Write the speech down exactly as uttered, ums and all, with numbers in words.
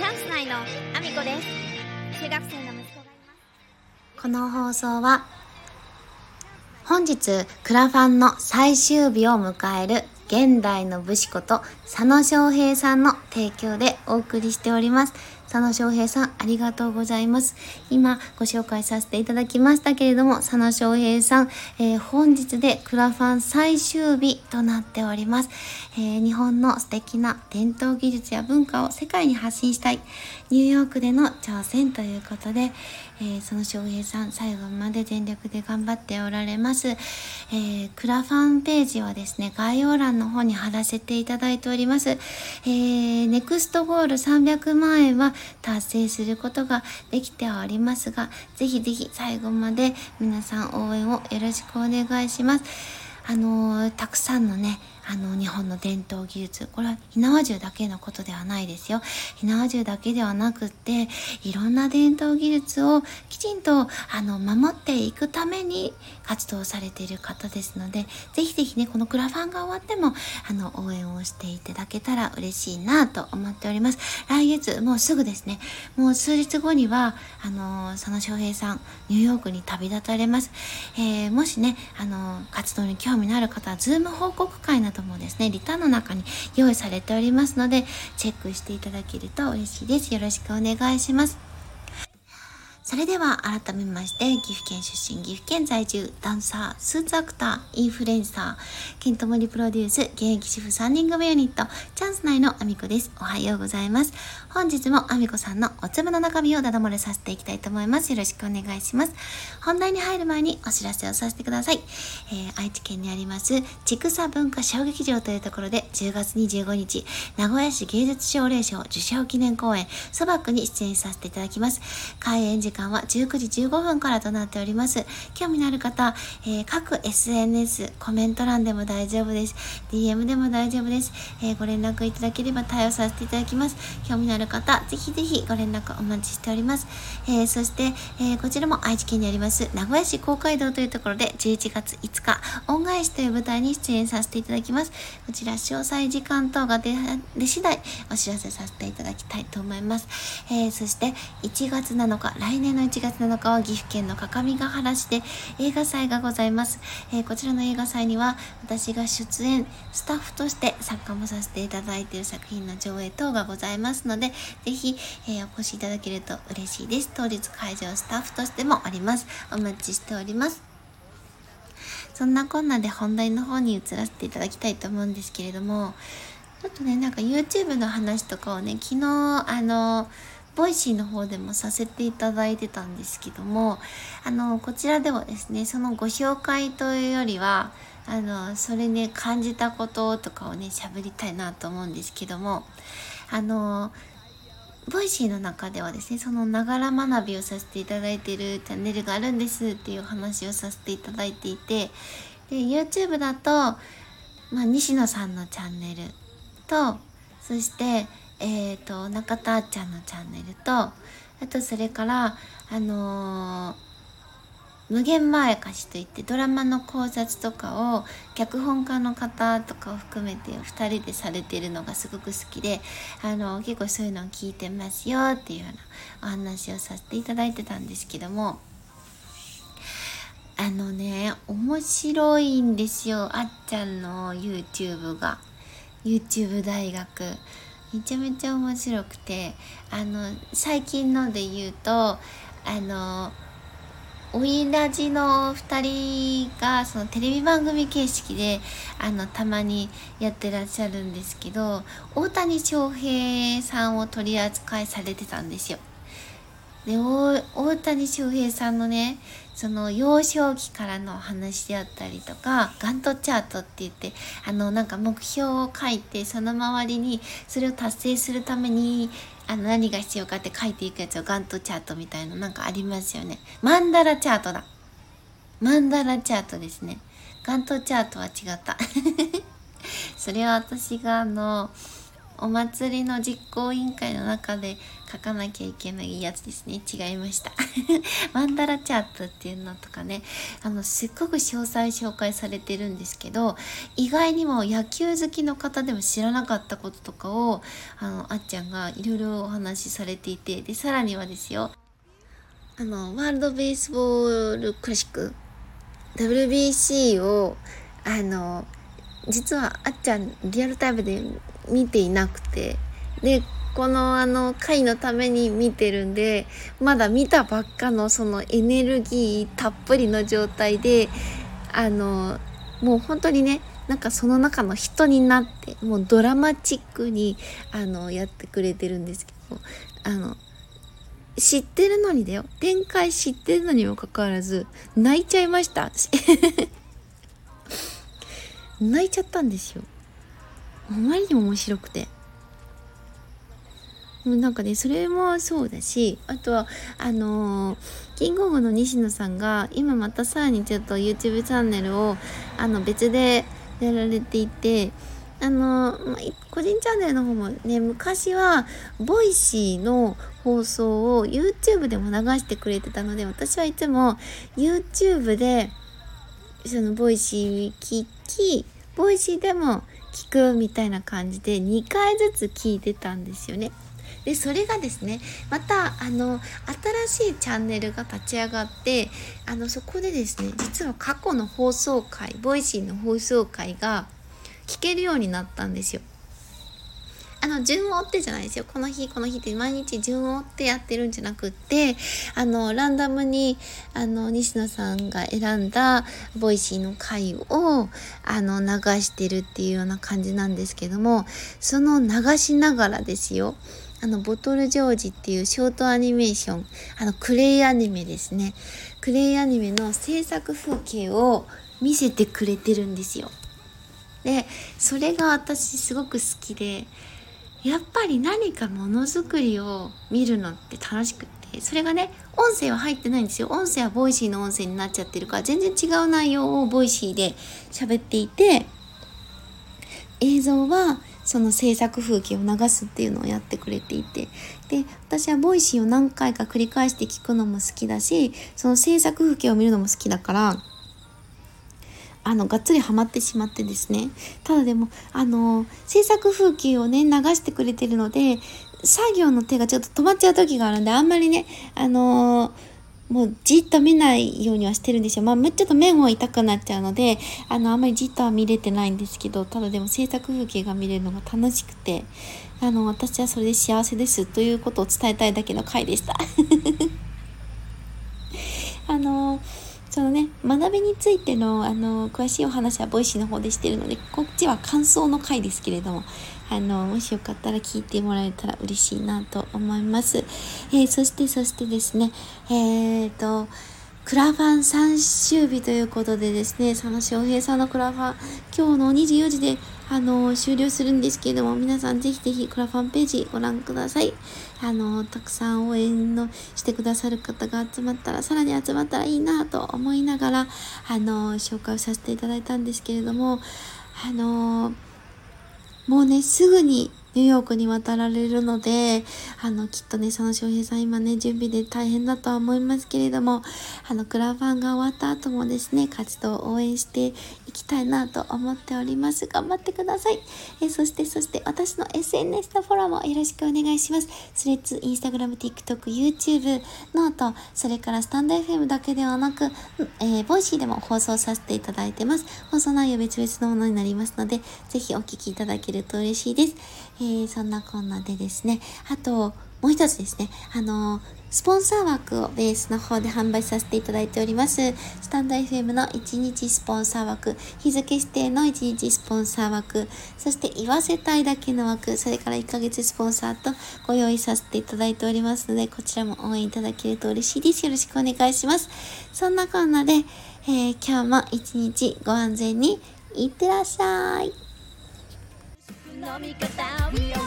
チャンス内のアミコです。中学生の息子がいます。 この放送は本日クラファンの最終日を迎える現代の武士こと佐野翔平さんの提供でお送りしております。佐野翔平さん、ありがとうございます。今ご紹介させていただきましたけれども、佐野翔平さん、えー、本日でクラファン最終日となっております。えー、日本の素敵な伝統技術や文化を世界に発信したいニューヨークでの挑戦ということで、えー、佐野翔平さん最後まで全力で頑張っておられます。えー、クラファンページはですね、概要欄の方に貼らせていただいております。えー、ネクストゴールさんびゃくまんえんは達成することができてはおりますが、ぜひぜひ最後まで皆さん応援をよろしくお願いします。あのー、たくさんのね、あの日本の伝統技術、これは火縄銃だけのことではないですよ。火縄銃だけではなくって、いろんな伝統技術をきちんとあの守っていくために活動されている方ですので、ぜひぜひね、このクラファンが終わってもあの応援をしていただけたら嬉しいなと思っております。来月もうすぐですね、もう数日後にはあの佐野翔平さんニューヨークに旅立たれます。えー、もしね、あの活動に興味のある方はズーム報告会などもですね、リターンの中に用意されておりますので、チェックしていただけると嬉しいです。よろしくお願いします。それでは改めまして、岐阜県出身、岐阜県在住、ダンサー、スーツアクター、インフルエンサー、ケントモリプロデュース、現役主婦さんにん組ユニット、チャンス内のアミコです。おはようございます。本日もアミコさんのお粒の中身をダダ漏れさせていきたいと思います。よろしくお願いします。本題に入る前にお知らせをさせてください。えー、愛知県にあります、千草文化小劇場というところで、じゅうがつにじゅうごにち、名古屋市芸術奨励賞受賞記念公演、ソバックに出演させていただきます。開演時間はじゅうくじじゅうごふんからとなっております。興味のある方、えー、各 エスエヌエス コメント欄でも大丈夫です。 ディーエム でも大丈夫です。えー、ご連絡いただければ対応させていただきます。興味のある方、ぜひぜひご連絡お待ちしております。えー、そして、えー、こちらも愛知県にあります名古屋市公会堂というところでじゅういちがついつか恩返しという舞台に出演させていただきます。こちら詳細時間等が出出次第お知らせさせていただきたいと思います。えー、そしていちがつなのか、来年のいちがつなのかは岐阜県の各務原市で映画祭がございます。えー、こちらの映画祭には私が出演スタッフとして参加もさせていただいている作品の上映等がございますので、ぜひ、えー、お越しいただけると嬉しいです。当日会場スタッフとしてもあります。お待ちしております。そんなこんなで本題の方に移らせていただきたいと思うんですけれども、ちょっとね、なんか YouTube の話とかをね、昨日あのボイシーの方でもさせていただいてたんですけども、あのこちらではですね、そのご紹介というよりはあのそれね、感じたこととかをね、喋りたいなと思うんですけども、あのボイシーの中ではですね、そのながら学びをさせていただいているチャンネルがあるんですっていう話をさせていただいていて、で YouTube だと、まあ、西野さんのチャンネルと、そしてえーと中田あっちゃんのチャンネルと、あとそれからあのー無限まやかしといってドラマの考察とかを脚本家の方とかを含めてふたりでされているのがすごく好きで、あの結構そういうのを聞いてますよっていうようなお話をさせていただいてたんですけども、あのね、面白いんですよ、あっちゃんの YouTube が。 YouTube 大学めちゃめちゃ面白くて、あの最近ので言うと、あのおいらじのふたりがそのテレビ番組形式であのたまにやってらっしゃるんですけど、大谷翔平さんを取り扱いされてたんですよ。で、大谷翔平さんのね、その幼少期からの話であったりとか、ガントチャートって言って、あのなんか目標を書いて、その周りにそれを達成するためにあの何が必要かって書いていくやつをガントチャートみたいななんかありますよね。マンダラチャートだ。マンダラチャートですね。ガントチャートは違った。それは私があのお祭りの実行委員会の中で書かなきゃいけないやつですね。違いましたマンダラチャートっていうのとかね、あのすっごく詳細紹介されてるんですけど、意外にも野球好きの方でも知らなかったこととかをあのあっちゃんがいろいろお話しされていて、でさらにはですよ、あのワールドベースボールクラシック ダブリュービーシー をあの実はあっちゃんリアルタイムで見ていなくて、でこのあの回のために見てるんで、まだ見たばっかのそのエネルギーたっぷりの状態で、あのもう本当にね、なんかその中の人になって、もうドラマチックにあのやってくれてるんですけど、あの知ってるのにだよ、展開知ってるのにもかかわらず泣いちゃいました泣いちゃったんですよ。あまりにも面白くて、もうなんかね、それもそうだし、あとはあのー、キングオブの西野さんが今またさらにちょっと YouTube チャンネルをあの別でやられていて、あのーまあ、個人チャンネルの方もね、昔はボイシーの放送を YouTube でも流してくれてたので、私はいつも YouTube でそのボイシー聞き、ボイシーでも聞くみたいな感じでにかいずつ聞いてたんですよね。でそれがですね、またあの新しいチャンネルが立ち上がって、あのそこでですね、実は過去の放送回、ボイシーの放送回が聞けるようになったんですよ。あの順を追ってじゃないですよ、この日この日って毎日順を追ってやってるんじゃなくって、あのランダムにあの西野さんが選んだボイシーの回をあの流してるっていうような感じなんですけども、その流しながらですよ、あのボトルジョージっていうショートアニメーション、あのクレイアニメですね、クレイアニメの制作風景を見せてくれてるんですよ。でそれが私すごく好きで、やっぱり何かものづくりを見るのって楽しくって、それがね、音声は入ってないんですよ。音声はボイシーの音声になっちゃってるから、全然違う内容をボイシーで喋っていて、映像はその制作風景を流すっていうのをやってくれていて、で私はボイシーを何回か繰り返して聞くのも好きだし、その制作風景を見るのも好きだから、あのがっつりハマってしまってですね。ただでもあの制作風景をね流してくれてるので、作業の手がちょっと止まっちゃう時があるんで、あんまりねあのもうじっと見ないようにはしてるんですよ。まあちょっと目も痛くなっちゃうので、あのあんまりじっとは見れてないんですけど、ただでも制作風景が見れるのが楽しくて、あの私はそれで幸せですということを伝えたいだけの回でしたあのそのね、学びについてのあの詳しいお話はボイシーの方でしているので、こっちは感想の回ですけれども、あのもしよかったら聞いてもらえたら嬉しいなと思います。えー、そしてそしてですね、えーとクラファン最終日ということでですね、佐野翔平さんのクラファン今日のにじよじであの終了するんですけれども、皆さんぜひぜひクラファンページご覧ください。あのたくさん応援のしてくださる方が集まったら、さらに集まったらいいなと思いながらあの紹介をさせていただいたんですけれども、あのもうねすぐにニューヨークに渡られるので、あのきっとね佐野翔平さん今ね準備で大変だとは思いますけれども、あのクラファンが終わった後もですね活動を応援していきたいなと思っております。頑張ってください。えそしてそして私の エスエヌエス のフォローもよろしくお願いします。スレッズ、インスタグラム、TikTok、YouTube、ノート、それからスタンド エフエム だけではなく、えー、ボイシーでも放送させていただいてます。放送内容別々のものになりますので、ぜひお聞きいただけると嬉しいです。えー、そんなこんなでですね、あともう一つですね、あのー、スポンサー枠をベースの方で販売させていただいております。スタンド エフエム のいちにちスポンサー枠、日付指定のいちにちスポンサー枠、そして言わせたいだけの枠、それからいっかげつスポンサーとご用意させていただいておりますので、こちらも応援いただけると嬉しいです。よろしくお願いします。そんなこんなで、えー、今日も一日ご安全にいってらっしゃい。飲み方